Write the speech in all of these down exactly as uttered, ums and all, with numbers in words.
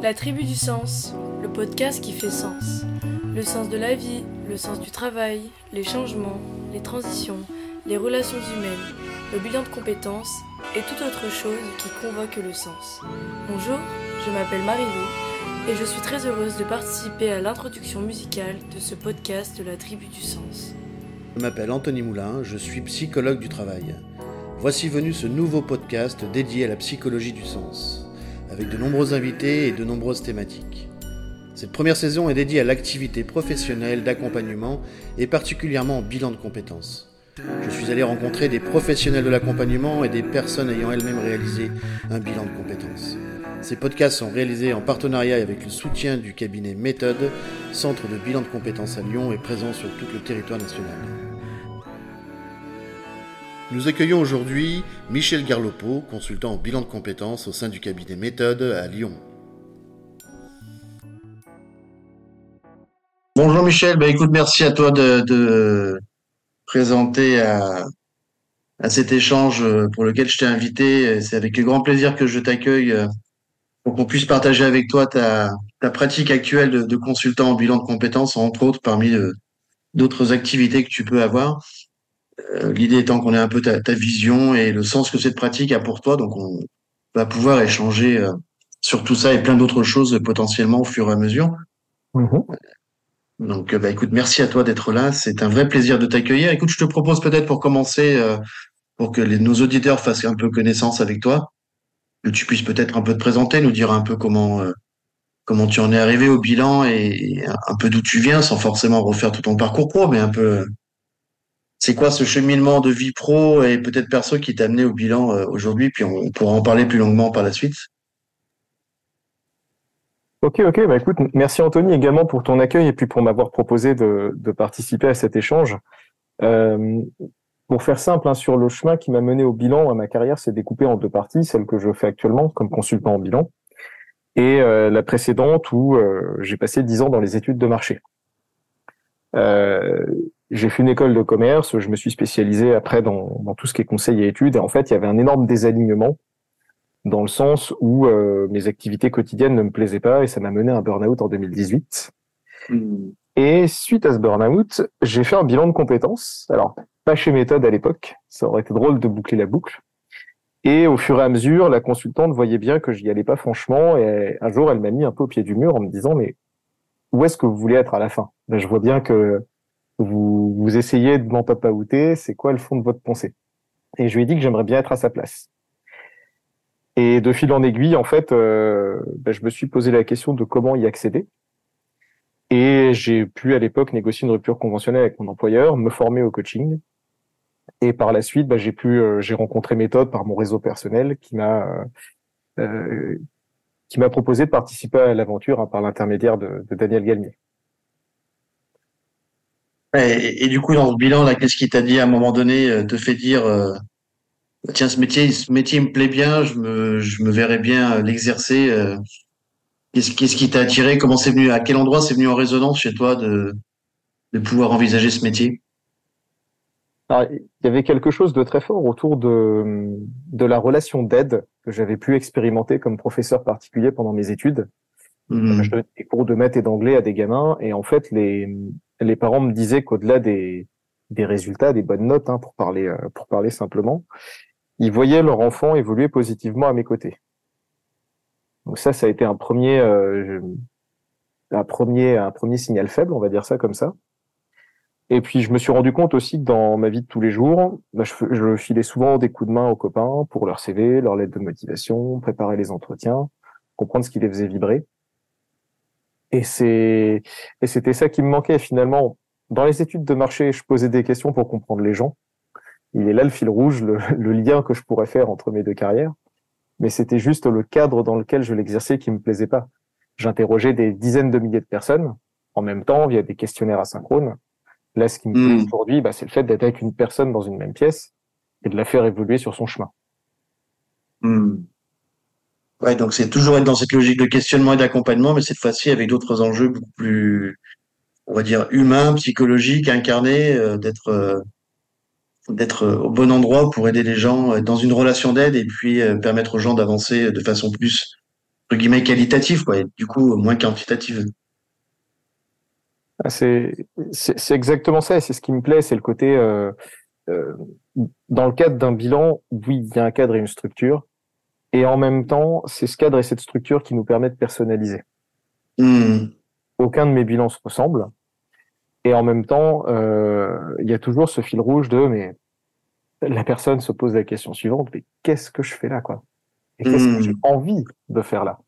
La tribu du sens, le podcast qui fait sens. Le sens de la vie, le sens du travail, les changements, les transitions, les relations humaines, le bilan de compétences et toute autre chose qui convoque le sens. Bonjour, je m'appelle Marie-Lou et je suis très heureuse de participer à l'introduction musicale de ce podcast de la tribu du sens. Je m'appelle Anthony Moulin, je suis psychologue du travail. Voici venu ce nouveau podcast dédié à la psychologie du sens, avec de nombreux invités et de nombreuses thématiques. Cette première saison est dédiée à l'activité professionnelle d'accompagnement et particulièrement au bilan de compétences. Je suis allé rencontrer des professionnels de l'accompagnement et des personnes ayant elles-mêmes réalisé un bilan de compétences. Ces podcasts sont réalisés en partenariat avec le soutien du cabinet Méthode, centre de bilan de compétences à Lyon et présent sur tout le territoire national. Nous accueillons aujourd'hui Michel Garlopo, consultant en bilan de compétences au sein du cabinet Méthode à Lyon. Bonjour Michel, bah écoute, merci à toi de, de présenter à, à cet échange pour lequel je t'ai invité. C'est avec grand plaisir que je t'accueille pour qu'on puisse partager avec toi ta, ta pratique actuelle de, de consultant en bilan de compétences, entre autres parmi euh, d'autres activités que tu peux avoir. Euh, l'idée étant qu'on ait un peu ta, ta vision et le sens que cette pratique a pour toi, donc on va pouvoir échanger euh, sur tout ça et plein d'autres choses potentiellement au fur et à mesure. Mmh. Donc, euh, bah, écoute, merci à toi d'être là. C'est un vrai plaisir de t'accueillir. Écoute, je te propose peut-être pour commencer, euh, pour que les, nos auditeurs fassent un peu connaissance avec toi, que tu puisses peut-être un peu te présenter, nous dire un peu comment euh, comment tu en es arrivé au bilan et, et un peu d'où tu viens, sans forcément refaire tout ton parcours pro, mais un peu, c'est quoi ce cheminement de vie pro et peut-être perso qui t'a amené au bilan euh, aujourd'hui, puis on pourra en parler plus longuement par la suite. Ok, ok, bah écoute, merci Anthony également pour ton accueil et puis pour m'avoir proposé de, de participer à cet échange. Euh, pour faire simple, hein, sur le chemin qui m'a mené au bilan, à ma carrière s'est découpée en deux parties, celle que je fais actuellement comme consultant en bilan et euh, la précédente où euh, j'ai passé dix ans dans les études de marché. Euh, j'ai fait une école de commerce, je me suis spécialisé après dans, dans tout ce qui est conseil et études et en fait il y avait un énorme désalignement dans le sens où euh, mes activités quotidiennes ne me plaisaient pas et ça m'a mené à un burn-out en deux mille dix-huit. Mmh. Et suite à ce burn-out, j'ai fait un bilan de compétences. Alors, pas chez Méthode à l'époque, ça aurait été drôle de boucler la boucle. Et au fur et à mesure, la consultante voyait bien que j'y allais pas franchement et un jour, elle m'a mis un peu au pied du mur en me disant « Mais où est-ce que vous voulez être à la fin ? Là, je vois bien que vous, vous essayez de m'en papaouter, c'est quoi le fond de votre pensée ?» Et je lui ai dit que j'aimerais bien être à sa place. Et de fil en aiguille, en fait, euh, ben, je me suis posé la question de comment y accéder. Et j'ai pu, à l'époque, négocier une rupture conventionnelle avec mon employeur, me former au coaching. Et par la suite, ben, j'ai pu, euh, j'ai rencontré Méthode par mon réseau personnel qui m'a, euh, qui m'a proposé de participer à l'aventure hein, par l'intermédiaire de, de Daniel Galmier. Et, et du coup, dans ce bilan, là, qu'est-ce qui t'a dit à un moment donné, euh, te fait dire euh, tiens, ce métier, ce métier me plaît bien, je me, je me verrais bien euh, l'exercer. Euh, qu'est-ce, qu'est-ce qui t'a attiré? Comment c'est venu? À quel endroit c'est venu en résonance chez toi de, de pouvoir envisager ce métier? Alors, il y avait quelque chose de très fort autour de, de la relation d'aide que j'avais pu expérimenter comme professeur particulier pendant mes études. Mmh. Je donnais des cours de maths et d'anglais à des gamins et en fait, les, les parents me disaient qu'au-delà des, des résultats, des bonnes notes, hein, pour parler, pour parler simplement, ils voyaient leur enfant évoluer positivement à mes côtés. Donc ça, ça a été un premier, euh, un premier, un premier signal faible, on va dire ça comme ça. Et puis je me suis rendu compte aussi que dans ma vie de tous les jours, bah, je, je filais souvent des coups de main aux copains pour leur C V, leur lettre de motivation, préparer les entretiens, comprendre ce qui les faisait vibrer. Et c'est, et c'était ça qui me manquait finalement. Dans les études de marché, je posais des questions pour comprendre les gens. Il est là le fil rouge, le, le lien que je pourrais faire entre mes deux carrières. Mais c'était juste le cadre dans lequel je l'exerçais qui me plaisait pas. J'interrogeais des dizaines de milliers de personnes en même temps via des questionnaires asynchrones. Là, ce qui me plaît mmh. aujourd'hui, bah, c'est le fait d'être avec une personne dans une même pièce et de la faire évoluer sur son chemin. Mmh. Ouais, donc c'est toujours être dans cette logique de questionnement et d'accompagnement, mais cette fois-ci avec d'autres enjeux beaucoup plus, on va dire, humains, psychologiques, incarnés, euh, d'être euh, d'être au bon endroit pour aider les gens, être dans une relation d'aide et puis euh, permettre aux gens d'avancer de façon plus entre guillemets qualitative, quoi, et du coup moins quantitative. Ah, c'est, c'est, c'est exactement ça, et c'est ce qui me plaît, c'est le côté, euh, euh, dans le cadre d'un bilan, oui, il y a un cadre et une structure, et en même temps, c'est ce cadre et cette structure qui nous permettent de personnaliser. Mmh. Aucun de mes bilans se ressemble, et en même temps, euh, il y a toujours ce fil rouge de, mais la personne se pose la question suivante, mais qu'est-ce que je fais là, quoi? Et qu'est-ce que j'ai Mmh. envie de faire là?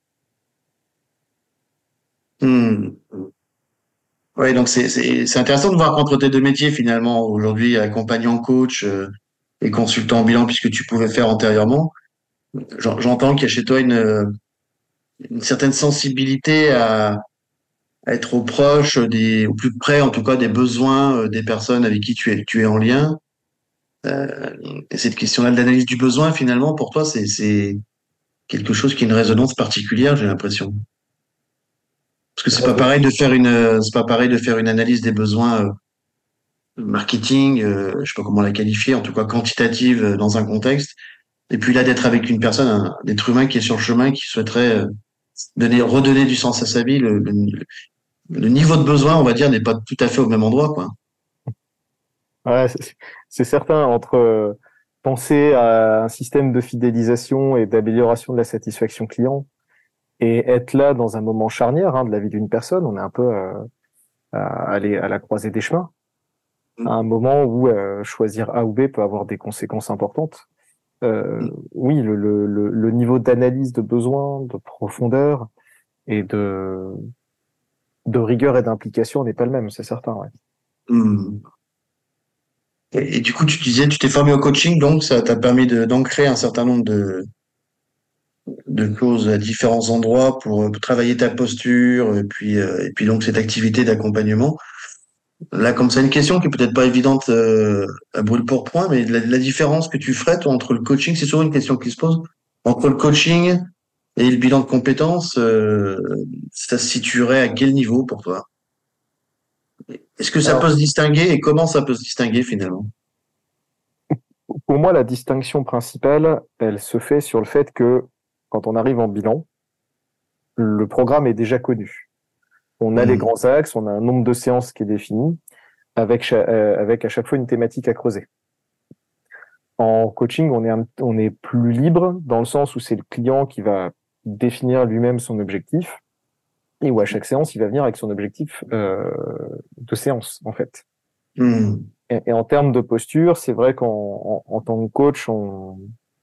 Mmh. Ouais, donc c'est c'est c'est intéressant de voir qu'entre tes deux métiers finalement aujourd'hui, accompagnant coach euh, et consultant en bilan, puisque tu pouvais faire antérieurement, j'en- j'entends qu'il y a chez toi une une certaine sensibilité à, à être au proche des, au plus près en tout cas des besoins euh, des personnes avec qui tu es tu es en lien. Euh, et cette question-là de l'analyse du besoin finalement pour toi c'est c'est quelque chose qui a une résonance particulière, j'ai l'impression. Parce que c'est pas pareil de faire une euh, c'est pas pareil de faire une analyse des besoins euh, marketing, euh, je sais pas comment la qualifier, en tout cas quantitative euh, dans un contexte. Et puis là, d'être avec une personne, un, un être humain qui est sur le chemin, qui souhaiterait euh, donner, redonner du sens à sa vie, le, le, le niveau de besoin, on va dire, n'est pas tout à fait au même endroit, quoi. Ouais, c'est c'est certain, entre euh, penser à un système de fidélisation et d'amélioration de la satisfaction client et être là dans un moment charnière hein, de la vie d'une personne, on est un peu euh, à, aller à la croisée des chemins, à un moment où euh, choisir A ou B peut avoir des conséquences importantes. Euh, oui, le, le, le le niveau d'analyse de besoin, de profondeur et de, de rigueur et d'implication n'est pas le même, c'est certain. Ouais. Hmm. Et, et du coup, tu disais, tu t'es formé au coaching, donc ça t'a permis de, d'ancrer un certain nombre de, de choses à différents endroits pour, euh, travailler ta posture, et puis, euh, et puis donc cette activité d'accompagnement. Là, comme ça, une question qui est peut-être pas évidente euh, à brûle pour point, mais la, la différence que tu ferais toi, entre le coaching, c'est souvent une question qui se pose, entre le coaching et le bilan de compétences, euh, ça se situerait à quel niveau pour toi? Est-ce que ça peut Alors, se distinguer et comment ça peut se distinguer finalement? pour moi, la distinction principale, elle se fait sur le fait que quand on arrive en bilan, le programme est déjà connu. On a les Hmm. grands axes, on a un nombre de séances qui est défini, avec, cha- euh, avec à chaque fois une thématique à creuser. En coaching, on est, un- on est plus libre dans le sens où c'est le client qui va définir lui-même son objectif et où à chaque séance, il va venir avec son objectif euh, de séance, en fait. Hmm. Et, et en termes de posture, c'est vrai qu'en en, en tant que coach, on,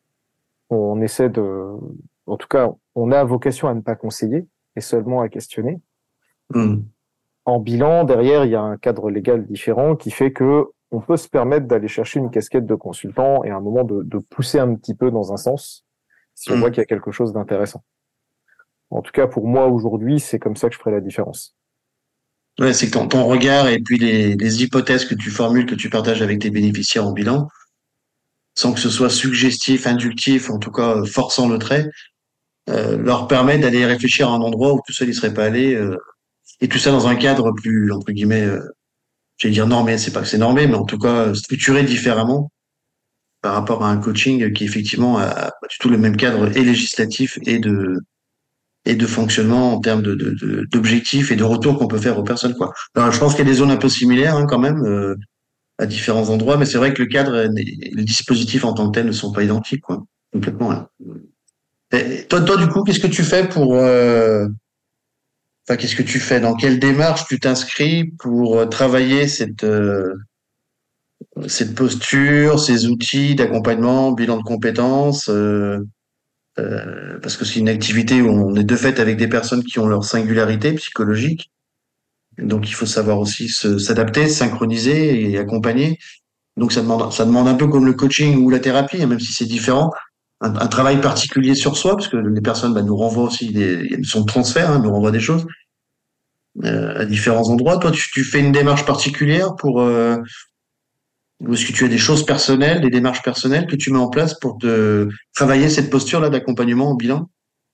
on essaie de, en tout cas, on a vocation à ne pas conseiller et seulement à questionner. Hmm. En bilan, derrière, il y a un cadre légal différent qui fait que on peut se permettre d'aller chercher une casquette de consultant et à un moment de, de pousser un petit peu dans un sens si on voit Hmm. qu'il y a quelque chose d'intéressant. En tout cas, pour moi, aujourd'hui, c'est comme ça que je ferai la différence. Ouais, c'est que ton, ton regard et puis les, les hypothèses que tu formules, que tu partages avec tes bénéficiaires en bilan, sans que ce soit suggestif, inductif, en tout cas euh, forçant le trait, euh, leur permet d'aller réfléchir à un endroit où tout seul ils seraient pas allés, euh, et tout ça dans un cadre plus entre guillemets, euh, j'allais dire normé, c'est pas que c'est normé, mais en tout cas euh, structuré différemment par rapport à un coaching qui effectivement a pas du tout le même cadre et législatif et de et de fonctionnement en termes de, de, de- d'objectifs et de retours qu'on peut faire aux personnes, quoi. Alors, je pense qu'il y a des zones un peu similaires hein, quand même euh, à différents endroits, mais c'est vrai que le cadre et le dispositif en tant que tel ne sont pas identiques, quoi. Complètement. Là. Et toi, toi, du coup, qu'est-ce que tu fais pour euh, enfin, qu'est-ce que tu fais? Dans quelle démarche tu t'inscris pour euh, travailler cette euh, cette posture, ces outils d'accompagnement, bilan de compétences? Euh, euh, parce que c'est une activité où on est de fait avec des personnes qui ont leur singularité psychologique. Donc, il faut savoir aussi se- s'adapter, synchroniser et accompagner. Donc, ça demande, ça demande un peu comme le coaching ou la thérapie, hein, même si c'est différent, un, un travail particulier sur soi, parce que les personnes bah, nous renvoient aussi des, il y a une son de transfert, hein, nous renvoient des choses euh, à différents endroits. Toi, tu, tu fais une démarche particulière pour, euh, ou est-ce que tu as des choses personnelles, des démarches personnelles que tu mets en place pour te travailler cette posture-là d'accompagnement au bilan?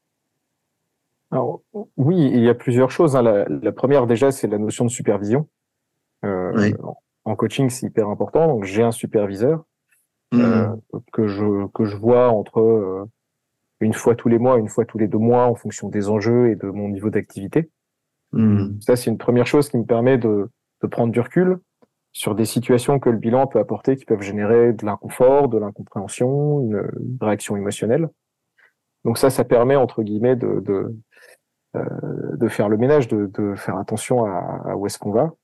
Alors, oui, il y a plusieurs choses. Hein. La, la première, déjà, c'est la notion de supervision. Euh, Oui. en coaching, c'est hyper important. Donc, j'ai un superviseur euh, Mmh. que je que je vois entre euh, une fois tous les mois, une fois tous les deux mois, en fonction des enjeux et de mon niveau d'activité. Mmh. Ça, c'est une première chose qui me permet de, de prendre du recul sur des situations que le bilan peut apporter, qui peuvent générer de l'inconfort, de l'incompréhension, une, une réaction émotionnelle. Donc ça, ça permet, entre guillemets, de, de, euh, de faire le ménage, de, de faire attention à, à où est-ce qu'on va.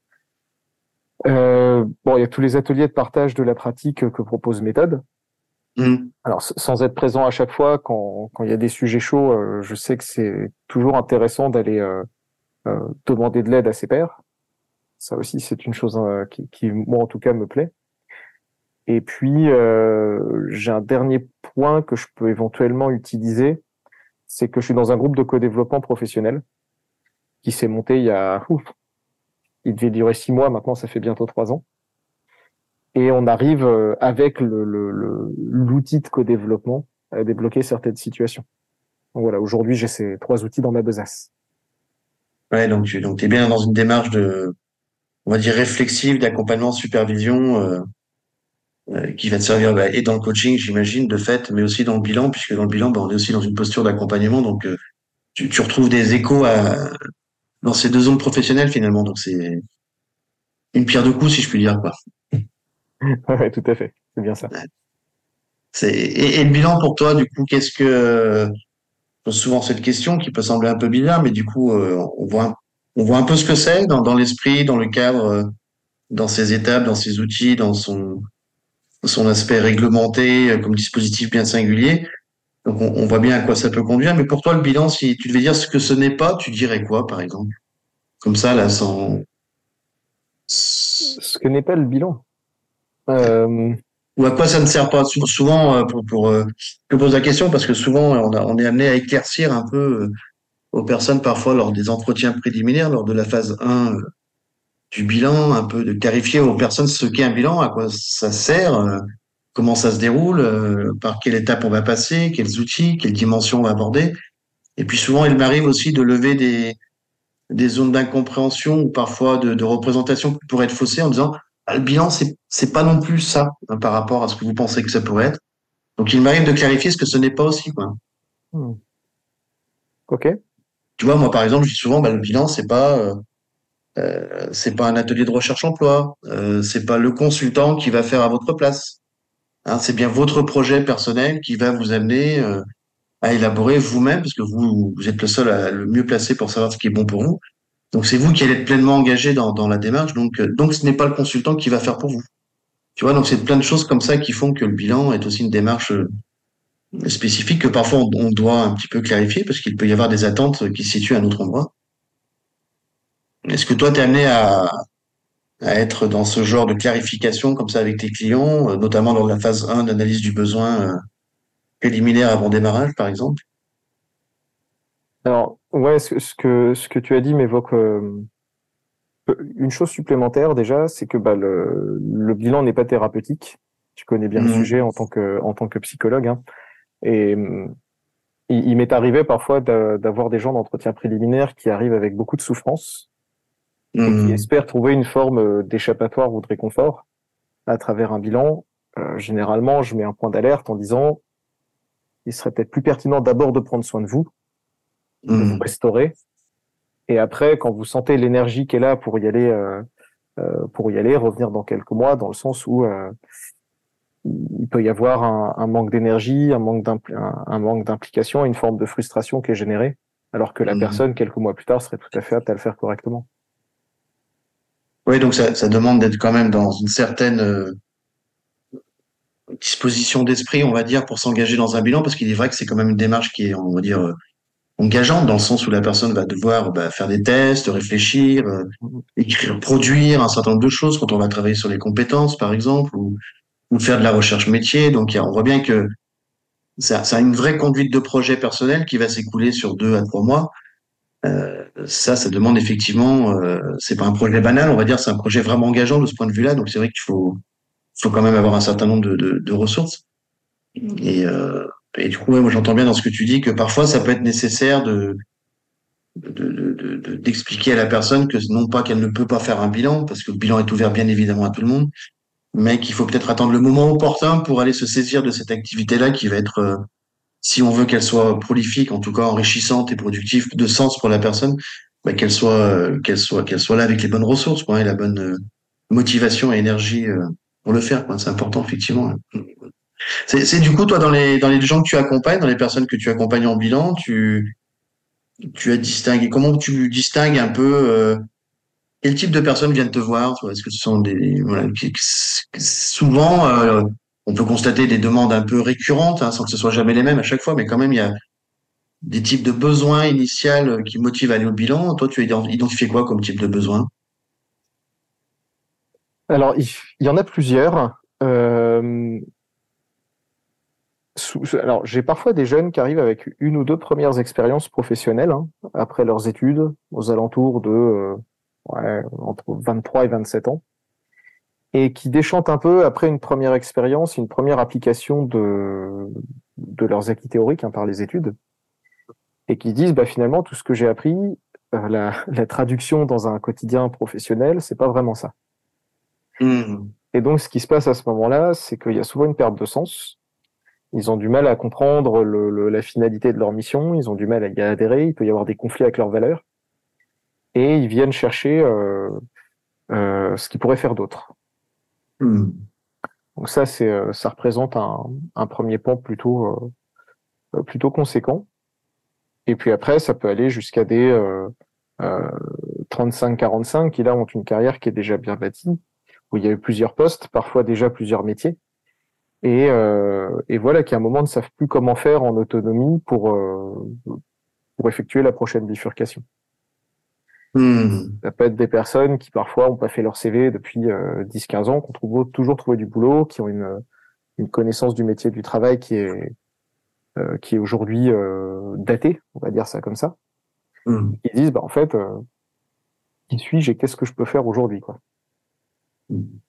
Euh, bon, il y a tous les ateliers de partage de la pratique que propose Méthode. Mmh. Alors, sans être présent à chaque fois, quand, quand il y a des sujets chauds, euh, je sais que c'est toujours intéressant d'aller euh, euh, demander de l'aide à ses pairs. Ça aussi, c'est une chose euh, qui, qui, moi, en tout cas, me plaît. Et puis, euh, j'ai un dernier point que je peux éventuellement utiliser, c'est que je suis dans un groupe de co-développement professionnel qui s'est monté il y a... Ouf, il devait durer six mois, maintenant ça fait bientôt trois ans. Et on arrive euh, avec le, le, le, l'outil de co-développement à débloquer certaines situations. Donc voilà, aujourd'hui, j'ai ces trois outils dans ma besace. Ouais, donc tu donc, t'es bien dans une démarche de, on va dire, réflexive, d'accompagnement, supervision, euh, euh, qui va te servir bah, et dans le coaching, j'imagine, de fait, mais aussi dans le bilan, puisque dans le bilan, bah, on est aussi dans une posture d'accompagnement. Donc, euh, tu, tu retrouves des échos à, dans ces deux zones professionnelles, finalement. Donc, c'est une pierre deux coups, si je puis dire, quoi. Ouais, tout à fait, c'est bien ça. C'est, et, et le bilan pour toi, du coup, qu'est-ce que, je pose souvent cette question qui peut sembler un peu bizarre, mais du coup, euh, on voit, un- on voit un peu ce que c'est dans, dans l'esprit, dans le cadre, euh, dans ses étapes, dans ses outils, dans son, son aspect réglementé, euh, comme dispositif bien singulier. Donc, on, on voit bien à quoi ça peut conduire. Mais pour toi, le bilan, si tu devais dire ce que ce n'est pas, tu dirais quoi, par exemple? Comme ça, là, sans... Ce que n'est pas le bilan. Euh, Ou à quoi ça ne sert pas? Sou- Souvent, euh, pour, pour, euh, je pose la question parce que souvent, on a, on est amené à éclaircir un peu euh, aux personnes, parfois, lors des entretiens préliminaires, lors de la phase un euh, du bilan, un peu de clarifier aux personnes ce qu'est un bilan, à quoi ça sert, euh, comment ça se déroule, euh, par quelle étape on va passer, quels outils, quelles dimensions on va aborder. Et puis souvent, il m'arrive aussi de lever des, des zones d'incompréhension ou parfois de, de représentation qui pourraient être faussées en disant ah, le bilan, c'est, c'est pas non plus ça hein, par rapport à ce que vous pensez que ça pourrait être. Donc, il m'arrive de clarifier ce que ce n'est pas aussi, quoi. hmm. Ok. Tu vois, moi, par exemple, je dis souvent, bah, le bilan, c'est pas, euh, euh, c'est pas un atelier de recherche emploi, euh, c'est pas le consultant qui va faire à votre place. Hein, c'est bien votre projet personnel qui va vous amener euh, à élaborer vous-même, parce que vous, vous êtes le seul à, le mieux placé pour savoir ce qui est bon pour vous. Donc c'est vous qui allez être pleinement engagé dans, dans la démarche. Donc, euh, donc ce n'est pas le consultant qui va faire pour vous. Tu vois, donc c'est plein de choses comme ça qui font que le bilan est aussi une démarche euh, spécifique que parfois on, on doit un petit peu clarifier parce qu'il peut y avoir des attentes qui se situent à un autre endroit. Est-ce que toi, t'es amené à, à être dans ce genre de clarification comme ça avec tes clients, euh, notamment dans la phase un d'analyse du besoin euh, préliminaire avant démarrage, par exemple? Alors, ouais, ce, ce que ce que tu as dit m'évoque euh, une chose supplémentaire déjà, c'est que bah, le, le bilan n'est pas thérapeutique. Tu connais bien le Mmh. sujet en tant que en tant que psychologue, hein. Et hum, il, il m'est arrivé parfois d'a- d'avoir des gens d'entretien préliminaire qui arrivent avec beaucoup de souffrance et qui Mmh. espèrent trouver une forme euh, d'échappatoire ou de réconfort à travers un bilan. Euh, généralement, je mets un point d'alerte en disant il serait peut-être plus pertinent d'abord de prendre soin de vous, de vous Mmh. restaurer, et après, quand vous sentez l'énergie qui est là pour y aller, euh, euh, pour y aller, revenir dans quelques mois, dans le sens où euh, il peut y avoir un, un manque d'énergie, un manque d'impl- un, un manque d'implication, une forme de frustration qui est générée, alors que la Mmh. personne, quelques mois plus tard, serait tout à fait apte à le faire correctement. Oui, donc ça, ça demande d'être quand même dans une certaine euh, disposition d'esprit, on va dire, pour s'engager dans un bilan, parce qu'il est vrai que c'est quand même une démarche qui est, on va dire, euh, engageante, dans le sens où la personne va devoir bah, faire des tests, réfléchir, euh, écrire, produire un certain nombre de choses quand on va travailler sur les compétences, par exemple, ou, ou faire de la recherche métier. Donc, il y a- on voit bien que ça, ça a une vraie conduite de projet personnel qui va s'écouler sur deux à trois mois. Euh, ça, ça demande effectivement, euh, c'est pas un projet banal, on va dire, c'est un projet vraiment engageant de ce point de vue-là. Donc, c'est vrai qu'il faut, faut quand même avoir un certain nombre de, de, de ressources. Et, euh, et du coup, ouais, moi, j'entends bien dans ce que tu dis que parfois, ça peut être nécessaire de, de, de, de- de- d'expliquer à la personne que non pas qu'elle ne peut pas faire un bilan, parce que le bilan est ouvert bien évidemment à tout le monde, mais qu'il faut peut-être attendre le moment opportun pour aller se saisir de cette activité-là qui va être euh, si on veut qu'elle soit prolifique, en tout cas enrichissante et productive de sens pour la personne, bah, qu'elle soit, euh, qu'elle soit, qu'elle soit là avec les bonnes ressources, quoi, et la bonne euh, motivation et énergie euh, pour le faire, quoi. C'est important, effectivement. C'est, c'est du coup, toi, dans les, dans les gens que tu accompagnes, dans les personnes que tu accompagnes en bilan, tu, tu as distingué, comment tu distingues un peu, euh, quel type de personnes viennent te voir, tu vois? Est-ce que ce sont des, voilà, qui- qui- souvent, euh, on peut constater des demandes un peu récurrentes, hein, sans que ce soit jamais les mêmes à chaque fois, mais quand même, il y a des types de besoins initiaux qui motivent à aller au bilan. Toi, tu as ident- identifié quoi comme type de besoin? Alors, il, il y en a plusieurs. Euh, sous- alors, j'ai parfois des jeunes qui arrivent avec une ou deux premières expériences professionnelles hein, après leurs études, aux alentours de euh, ouais, entre vingt-trois et vingt-sept ans, et qui déchantent un peu après une première expérience, une première application de, de leurs acquis théoriques hein, par les études, et qui disent bah, finalement tout ce que j'ai appris, euh, la, la traduction dans un quotidien professionnel, c'est pas vraiment ça. Hmm. Et donc, ce qui se passe à ce moment-là, c'est qu'il y a souvent une perte de sens. Ils ont du mal à comprendre le, le, la finalité de leur mission, ils ont du mal à y adhérer, il peut y avoir des conflits avec leurs valeurs, et ils viennent chercher euh, euh, ce qu'ils pourraient faire d'autre. Hmm. Donc ça, c'est, euh, ça représente un, un premier pan plutôt, euh, plutôt conséquent. Et puis après, ça peut aller jusqu'à des euh, euh, trente-cinq quarante-cinq qui là ont une carrière qui est déjà bien bâtie, où il y a eu plusieurs postes, parfois déjà plusieurs métiers. Et, euh, et voilà, qui à un moment ne savent plus comment faire en autonomie pour, euh, pour effectuer la prochaine bifurcation. Hmm. Ça peut être des personnes qui parfois n'ont pas fait leur C V depuis euh, dix quinze ans, qui ont trouvé, toujours trouvé du boulot, qui ont une, une connaissance du métier du travail qui est, euh, qui est aujourd'hui euh, datée, on va dire ça comme ça. Hmm. Ils disent, bah, en fait, euh, qui suis-je et qu'est-ce que je peux faire aujourd'hui, quoi. Hmm.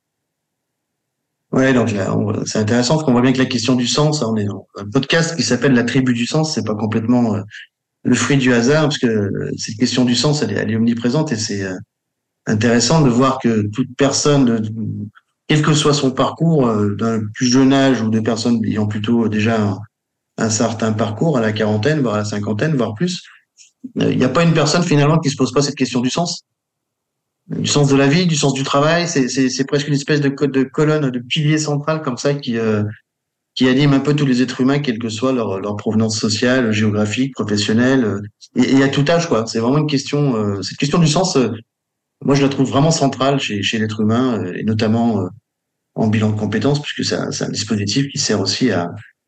Ouais, donc là, on- c'est intéressant parce qu'on voit bien que la question du sens, hein, on est dans un podcast qui s'appelle La tribu du sens, c'est pas complètement euh, le fruit du hasard, parce que euh, cette question du sens, elle est, elle est omniprésente et c'est euh, intéressant de voir que toute personne, de- quel que soit son parcours, euh, d'un plus jeune âge ou de personnes ayant plutôt déjà un, un certain parcours, à la quarantaine, voire à la cinquantaine, voire plus, euh, il n'y a pas une personne finalement qui se pose pas cette question du sens, du sens de la vie, du sens du travail. C'est, c'est, c'est presque une espèce de, co- de colonne, de pilier central comme ça qui, euh, qui anime un peu tous les êtres humains, quelle que soit leur, leur provenance sociale, géographique, professionnelle, euh, et, et à tout âge, quoi. C'est vraiment une question, euh, cette question du sens, euh, moi je la trouve vraiment centrale chez, chez l'être humain, euh, et notamment euh, en bilan de compétences, puisque c'est un, c'est un dispositif qui sert aussi à,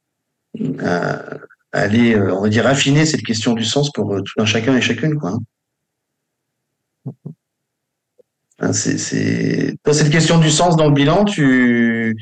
à, à aller, euh, on va dire, affiner cette question du sens pour euh, tout un chacun et chacune, quoi. Hein. Hein, c'est, c'est... Toi, cette question du sens dans le bilan, tu,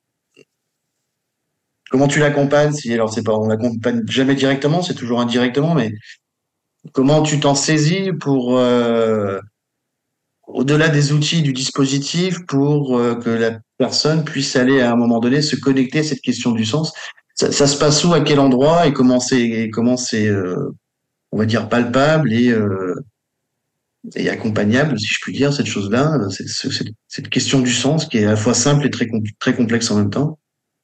comment tu l'accompagnes? Si, alors c'est pas, on l'accompagne jamais directement, c'est toujours indirectement, mais comment tu t'en saisis pour, euh, au-delà des outils du dispositif, pour euh, que la personne puisse aller à un moment donné se connecter à cette question du sens? Ça, ça se passe où, à quel endroit, et comment c'est, et comment c'est, euh, on va dire, palpable et, euh, et accompagnable, si je puis dire, cette chose-là, c'est, c'est- cette, cette question du sens qui est à la fois simple et très, com- très complexe en même temps.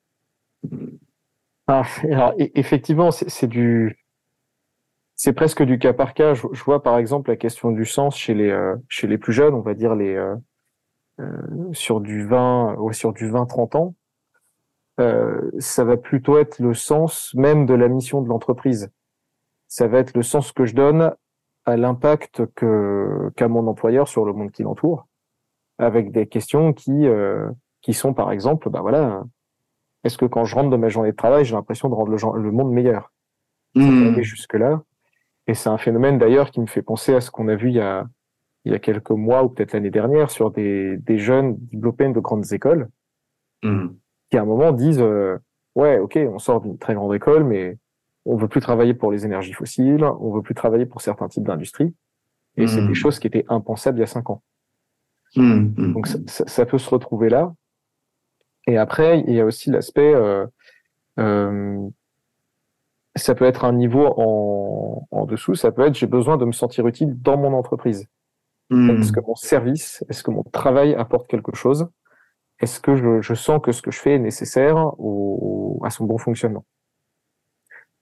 Ah, alors, e- effectivement, c'est c'est du, c'est presque du cas par cas. Je, je vois par exemple la question du sens chez les, euh, chez les plus jeunes, on va dire les, euh, sur du vingt, ou sur du vingt trente ans. Euh, ça va plutôt être le sens même de la mission de l'entreprise. Ça va être le sens que je donne à l'impact que qu'a mon employeur sur le monde qui l'entoure, avec des questions qui euh, qui sont par exemple, bah voilà, est-ce que quand je rentre de ma journée de travail, j'ai l'impression de rendre le, gen- le monde meilleur? Ça peut aller Mmh. jusque là, et c'est un phénomène d'ailleurs qui me fait penser à ce qu'on a vu il y a il y a quelques mois ou peut-être l'année dernière sur des des jeunes diplômés de grandes écoles Mmh. qui à un moment disent euh, ouais, ok, on sort d'une très grande école, mais on veut plus travailler pour les énergies fossiles, on veut plus travailler pour certains types d'industries, et c'est des Mmh. choses qui étaient impensables il y a cinq ans. Mmh. Donc ça, Mmh. ça, ça peut se retrouver là. Et après, il y a aussi l'aspect, euh, euh, ça peut être un niveau en, en dessous, ça peut être j'ai besoin de me sentir utile dans mon entreprise. Est-ce que Mmh. mon service, est-ce que mon travail apporte quelque chose? Est-ce que je, je sens que ce que je fais est nécessaire au, à son bon fonctionnement?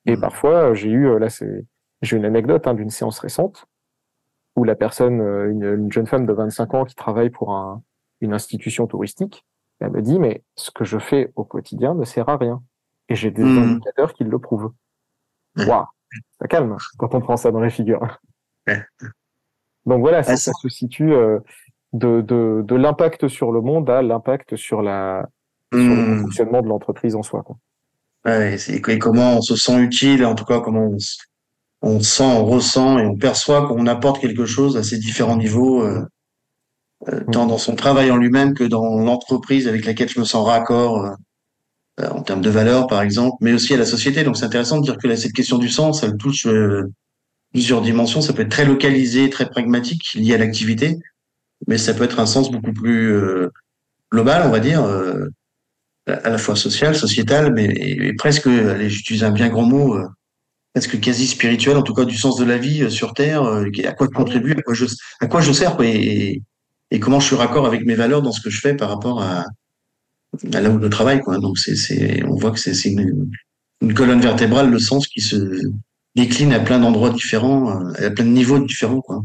Et mmh. parfois, j'ai eu, là, c'est, j'ai une anecdote hein, d'une séance récente où la personne, une, une jeune femme de vingt-cinq ans qui travaille pour un, une institution touristique, elle me dit, mais ce que je fais au quotidien ne sert à rien. Et j'ai des mmh. indicateurs qui le prouvent. Waouh, ça calme quand on prend ça dans les figures. Ouais. Donc voilà, ça, ça se situe euh, de, de, de l'impact sur le monde à l'impact sur, la, mmh. sur le fonctionnement de l'entreprise en soi, quoi. Ouais, et comment on se sent utile, en tout cas comment on, on sent, on ressent et on perçoit qu'on apporte quelque chose à ces différents niveaux, euh, euh, tant dans son travail en lui-même que dans l'entreprise avec laquelle je me sens raccord, euh, en termes de valeur par exemple, mais aussi à la société. Donc c'est intéressant de dire que là, cette question du sens, elle touche euh, plusieurs dimensions. Ça peut être très localisé, très pragmatique, lié à l'activité, mais ça peut être un sens beaucoup plus euh, global, on va dire. Euh, à la fois social, sociétal, mais et, et presque, allez, j'utilise un bien grand mot, euh, presque quasi spirituel, en tout cas du sens de la vie euh, sur Terre, euh, à quoi je contribue, à quoi je, à quoi je sers, quoi, et, et comment je suis raccord avec mes valeurs dans ce que je fais par rapport à, à là où je travaille, quoi. Donc c'est, c'est, on voit que c'est, c'est une, une colonne vertébrale, le sens qui se décline à plein d'endroits différents, euh, à plein de niveaux différents, quoi.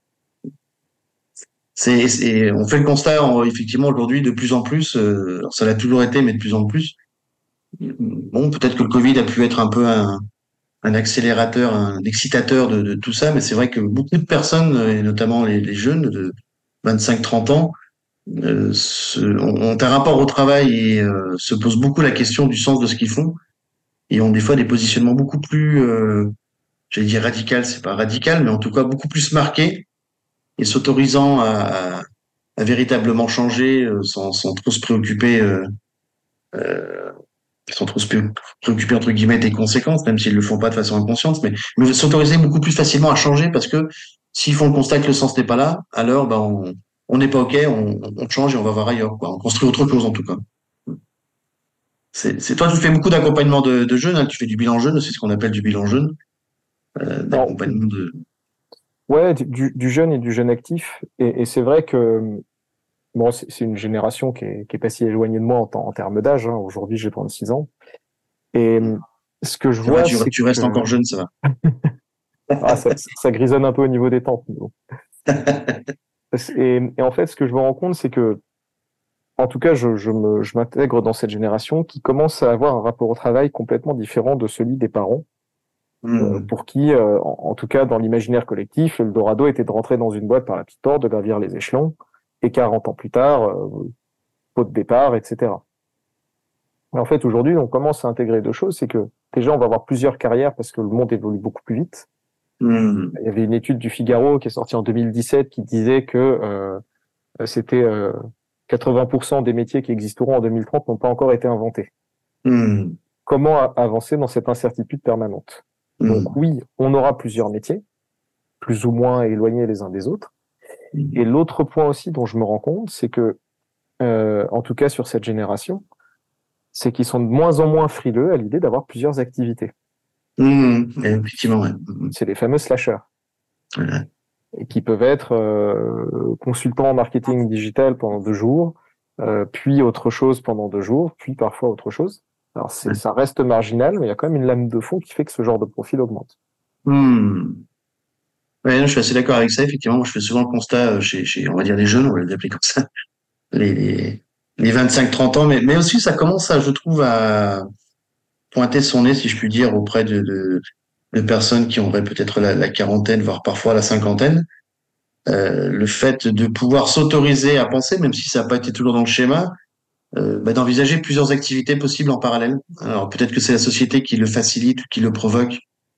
C'est, c'est, on fait le constat, en, effectivement, aujourd'hui, de plus en plus, euh, alors ça l'a toujours été, mais de plus en plus. Bon, peut-être que le Covid a pu être un peu un, un accélérateur, un excitateur de, de tout ça, mais c'est vrai que beaucoup de personnes, et notamment les, les jeunes de vingt-cinq trente ans, euh, se, ont un rapport au travail et euh, se posent beaucoup la question du sens de ce qu'ils font, et ont des fois des positionnements beaucoup plus, euh, j'allais dire radical, c'est pas radical, mais en tout cas beaucoup plus marqués, et s'autorisant à, à, à véritablement changer euh, sans, sans trop se préoccuper, euh, euh, sans trop se préoccuper entre guillemets des conséquences, même s'ils le font pas de façon inconsciente, mais, mais s'autoriser beaucoup plus facilement à changer, parce que s'ils font le constat que le sens n'est pas là, alors ben on on n'est pas ok, on, on change et on va voir ailleurs, quoi. On construit autre chose en tout cas. C'est, c'est toi, tu fais beaucoup d'accompagnement de, de jeunes, hein, tu fais du bilan jeune, c'est ce qu'on appelle du bilan jeune, euh, d'accompagnement de. Ouais, du, du jeune et du jeune actif, et, et c'est vrai que bon, c'est, c'est une génération qui est, qui est pas si éloignée de moi en, en termes d'âge. Hein. Aujourd'hui, j'ai trente-six ans, et ce que je c'est vois, vrai, tu, c'est tu restes que... encore jeune, ça va. ah, ça, ça grisonne un peu au niveau des tempes. et, et en fait, ce que je me rends compte, c'est que, en tout cas, je, je, me, je m'intègre dans cette génération qui commence à avoir un rapport au travail complètement différent de celui des parents. Mmh. Euh, pour qui, euh, en, en tout cas dans l'imaginaire collectif, le Dorado était de rentrer dans une boîte par la petite porte, de gravir les échelons, et quarante ans plus tard, euh, pot de départ, et cetera. Et en fait, aujourd'hui, on commence à intégrer deux choses, c'est que déjà, on va avoir plusieurs carrières parce que le monde évolue beaucoup plus vite. Mmh. Il y avait une étude du Figaro qui est sortie en deux mille dix-sept qui disait que euh, c'était euh, quatre-vingts pour cent des métiers qui existeront en deux mille trente n'ont pas encore été inventés. Mmh. Comment avancer dans cette incertitude permanente ? Donc oui, on aura plusieurs métiers, plus ou moins éloignés les uns des autres. Et l'autre point aussi dont je me rends compte, c'est que, euh, en tout cas sur cette génération, c'est qu'ils sont de moins en moins frileux à l'idée d'avoir plusieurs activités. Mmh, effectivement, ouais. C'est les fameux slashers. Ouais. Et qui peuvent être euh, consultants en marketing digital pendant deux jours, euh, puis autre chose pendant deux jours, puis parfois autre chose. Alors, c'est, ouais. Ça reste marginal, mais il y a quand même une lame de fond qui fait que ce genre de profil augmente. Mmh. Ouais, je suis assez d'accord avec ça. Effectivement, moi, je fais souvent le constat chez, chez, on va dire les jeunes, on va les appeler comme ça, les, les, les vingt-cinq trente ans, mais, mais aussi ça commence à, je trouve, à pointer son nez, si je puis dire, auprès de, de, de personnes qui auraient peut-être la, la quarantaine, voire parfois la cinquantaine. Euh, le fait de pouvoir s'autoriser à penser, même si ça n'a pas été toujours dans le schéma, Euh, bah, d'envisager plusieurs activités possibles en parallèle. Alors peut-être que c'est la société qui le facilite ou qui le provoque.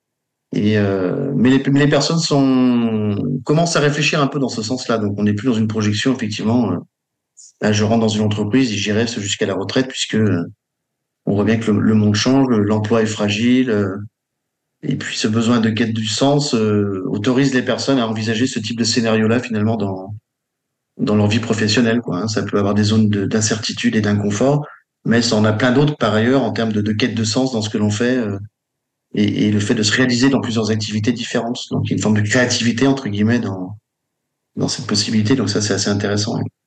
Et euh, mais les, les personnes sont commencent à réfléchir un peu dans ce sens-là. Donc on n'est plus dans une projection effectivement. Euh, là, je rentre dans une entreprise et j'y reste jusqu'à la retraite puisque euh, on voit bien que le, le monde change, l'emploi est fragile. Euh, et puis ce besoin de quête du sens euh, autorise les personnes à envisager ce type de scénario-là finalement dans dans leur vie professionnelle, quoi. Hein. Ça peut avoir des zones de, d'incertitude et d'inconfort, mais ça en a plein d'autres par ailleurs en termes de, de quête de sens dans ce que l'on fait euh, et, et le fait de se réaliser dans plusieurs activités différentes. Donc il y a une forme de créativité entre guillemets dans dans cette possibilité. Donc ça c'est assez intéressant. Ouais,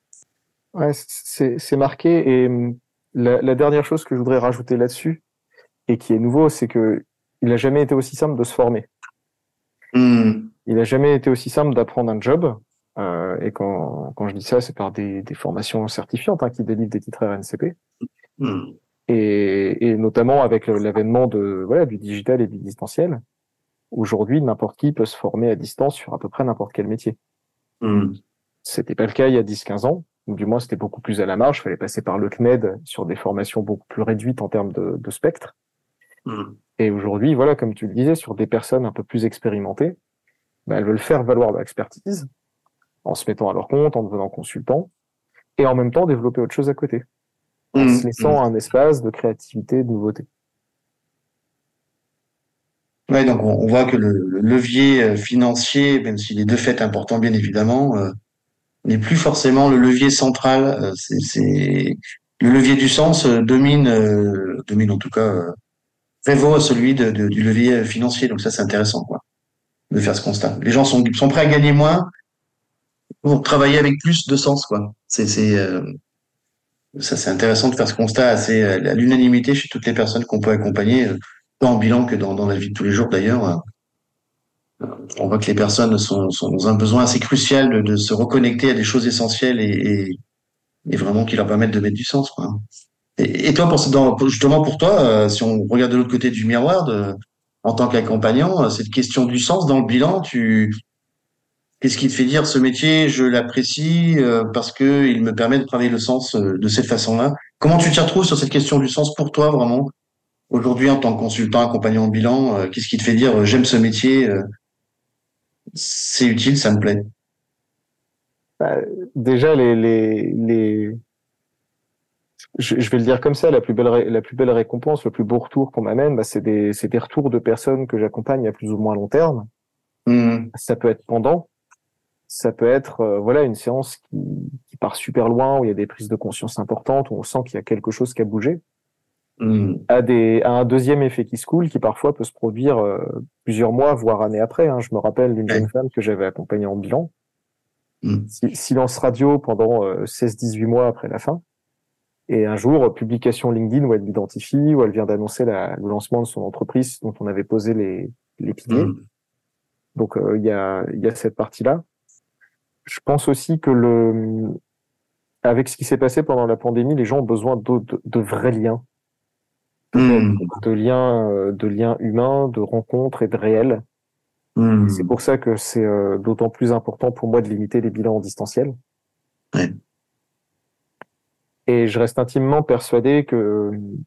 ouais c'est c'est marqué. Et la, la dernière chose que je voudrais rajouter là-dessus, et qui est nouveau, c'est que il a jamais été aussi simple de se former. Mmh. Il a jamais été aussi simple d'apprendre un job. Euh, et quand, quand je dis ça, c'est par des, des formations certifiantes hein, qui délivrent des titres R N C P. Mmh. Et, et notamment avec le, l'avènement de voilà du digital et du distanciel. Aujourd'hui, n'importe qui peut se former à distance sur à peu près n'importe quel métier. Mmh. C'était pas le cas il y a dix quinze ans. Ou du moins, c'était beaucoup plus à la marge. Il fallait passer par le C N E D sur des formations beaucoup plus réduites en termes de, de spectre. Mmh. Et aujourd'hui, voilà, comme tu le disais, sur des personnes un peu plus expérimentées, bah, elles veulent faire valoir leur expertise en se mettant à leur compte, en devenant consultant, et en même temps développer autre chose à côté, en Mmh. se laissant un espace de créativité, de nouveauté. Ouais, donc on, on voit que le, le levier financier, même s'il est de fait important bien évidemment, euh, n'est plus forcément le levier central. Euh, c'est, c'est le levier du sens euh, domine, euh, domine en tout cas, euh, prévaut à celui de, de- du levier financier. Donc ça, c'est intéressant, quoi, de faire ce constat. Les gens sont, sont prêts à gagner moins pour travailler avec plus de sens, quoi. C'est, c'est, euh, ça, c'est intéressant de faire ce constat assez à l'unanimité chez toutes les personnes qu'on peut accompagner, euh, tant en bilan que dans, dans la vie de tous les jours d'ailleurs. On voit que les personnes sont, sont dans un besoin assez crucial de, de se reconnecter à des choses essentielles et, et, et vraiment qui leur permettent de mettre du sens, quoi. Et, et toi, pour, dans, justement pour toi, euh, si on regarde de l'autre côté du miroir, de, en tant qu'accompagnant, euh, cette question du sens dans le bilan, tu, qu'est-ce qui te fait dire ce métier, je l'apprécie euh, parce que il me permet de travailler le sens euh, de cette façon-là? Comment tu t'y retrouves sur cette question du sens pour toi, vraiment, aujourd'hui, en tant que consultant, accompagnant en bilan, euh, qu'est-ce qui te fait dire euh, j'aime ce métier, euh, c'est utile, ça me plaît? Bah, déjà, les, les, les, je, je vais le dire comme ça, la plus belle, ré- la plus belle récompense, le plus beau retour qu'on m'amène, bah, c'est des, c'est des retours de personnes que j'accompagne à plus ou moins long terme. Mmh. Ça peut être pendant, ça peut être, euh, voilà, une séance qui, qui part super loin, où il y a des prises de conscience importantes, où on sent qu'il y a quelque chose qui a bougé, Mmh. à des, à un deuxième effet qui se coule, qui parfois peut se produire euh, plusieurs mois, voire années après. Hein. Je me rappelle d'une Ouais. jeune femme que j'avais accompagnée en bilan, Mmh. si- silence radio pendant euh, seize dix-huit mois après la fin. Et un jour, euh, publication LinkedIn où elle m'identifie, où elle vient d'annoncer la, le lancement de son entreprise dont on avait posé les, les piliers. Mmh. Donc euh, il y a, il y a cette partie-là. Je pense aussi que le, avec ce qui s'est passé pendant la pandémie, les gens ont besoin de, de, de vrais liens, Mmh. de liens, euh, de liens humains, de rencontres et de réels. Mmh. C'est pour ça que c'est euh, d'autant plus important pour moi de limiter les bilans en distanciel. Ouais. Et je reste intimement persuadé que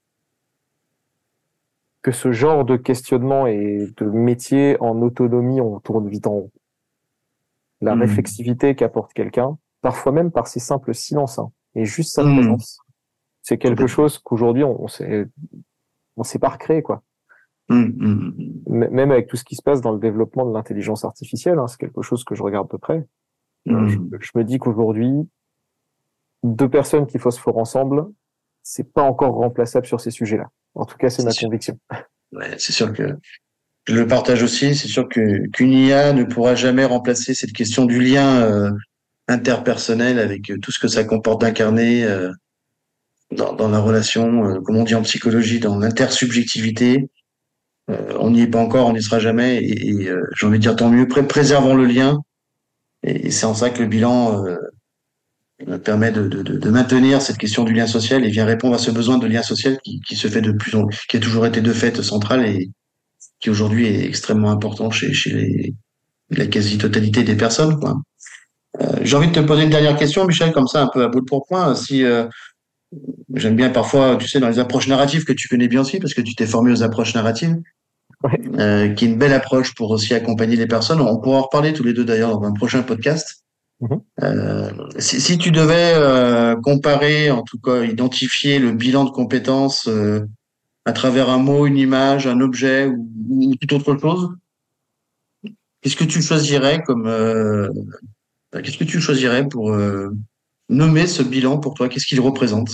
que ce genre de questionnement et de métier en autonomie, on tourne vite en rond. La Mmh. réflexivité qu'apporte quelqu'un, parfois même par ses simples silences, hein, et juste sa Mmh. présence, c'est quelque Complètement. chose qu'aujourd'hui on, on sait, on sait pas recréer, quoi. Mmh. Mmh. M- même avec tout ce qui se passe dans le développement de l'intelligence artificielle, hein, c'est quelque chose que je regarde de près. Euh, je, Mmh. je me dis qu'aujourd'hui, deux personnes qui phosphorent ensemble, c'est pas encore remplaçable sur ces sujets-là. En tout cas, c'est C'est ma sûr. conviction. Ouais, c'est sûr que je le partage aussi. C'est sûr que qu'une I A ne pourra jamais remplacer cette question du lien euh, interpersonnel avec euh, tout ce que ça comporte d'incarné euh, dans, dans la relation, euh, comme on dit en psychologie, dans l'intersubjectivité. Euh, on n'y est pas encore, on n'y sera jamais. Et, et euh, j'ai envie de dire tant mieux. Pré- préservons le lien. Et, et c'est en ça que le bilan euh, euh, permet de, de, de, de maintenir cette question du lien social et vient répondre à ce besoin de lien social qui, qui se fait de plus en qui a toujours été de fait central et qui aujourd'hui est extrêmement important chez, chez les, la quasi-totalité des personnes, quoi. Euh, j'ai envie de te poser une dernière question, Michel, comme ça, un peu à bout de pourpoint. Si euh, j'aime bien parfois, tu sais, dans les approches narratives que tu connais bien aussi, parce que tu t'es formé aux approches narratives, Ouais. euh, qui est une belle approche pour aussi accompagner les personnes. On pourra en reparler tous les deux d'ailleurs dans un prochain podcast. Mhm. Euh, si, si tu devais euh, comparer, en tout cas identifier le bilan de compétences euh, à travers un mot, une image, un objet ou, ou toute autre chose, qu'est-ce que tu choisirais comme euh, qu'est-ce que tu choisirais pour euh, nommer ce bilan pour toi? Qu'est-ce qu'il représente?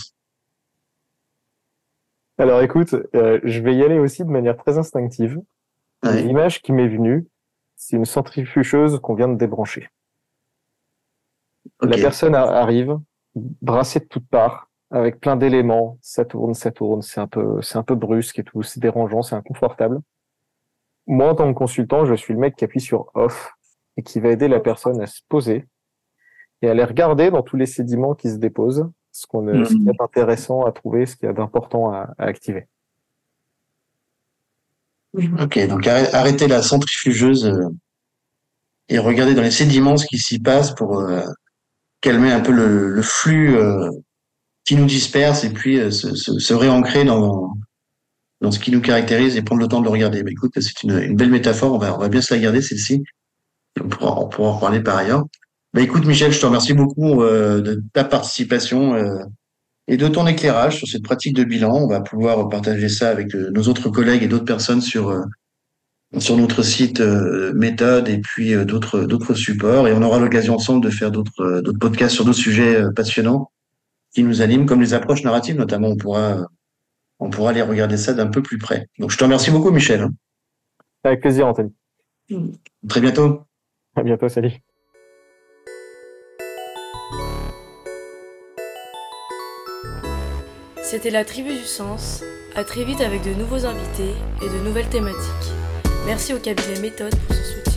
Alors écoute, euh, je vais y aller aussi de manière très instinctive. Ouais. L'image qui m'est venue, c'est une centrifugeuse qu'on vient de débrancher. Ok. La personne a- arrive, brassée de toutes parts, avec plein d'éléments. Ça tourne, ça tourne, c'est un peu, c'est un peu brusque et tout, c'est dérangeant, c'est inconfortable. Moi, en tant que consultant, je suis le mec qui appuie sur off et qui va aider la personne à se poser et à aller regarder dans tous les sédiments qui se déposent, ce qu'on a, mmh. ce qu'il y a d'intéressant à trouver, ce qu'il y a d'important à, à activer. Ok, donc arrêtez la centrifugeuse euh, et regardez dans les sédiments ce qui s'y passe pour euh, calmer un peu le, le flux euh, qui nous disperse et puis euh, se, se, se réancrer dans, dans ce qui nous caractérise et prendre le temps de le regarder. Bah, écoute, c'est une, une belle métaphore, on va, on va bien se la garder celle-ci. On pourra, on pourra en reparler par ailleurs. Bah écoute Michel, je te remercie beaucoup euh, de ta participation euh, et de ton éclairage sur cette pratique de bilan. On va pouvoir partager ça avec euh, nos autres collègues et d'autres personnes sur euh, sur notre site euh, méthode et puis euh, d'autres d'autres supports, et on aura l'occasion ensemble de faire d'autres euh, d'autres podcasts sur d'autres sujets euh, passionnants qui nous animent, comme les approches narratives notamment. On pourra on pourra aller regarder ça d'un peu plus près. Donc je te remercie beaucoup Michel. Avec plaisir Anthony. Très bientôt. À bientôt, salut. C'était la Tribu du Sens. À très vite avec de nouveaux invités et de nouvelles thématiques. Merci au cabinet Méthode pour son soutien.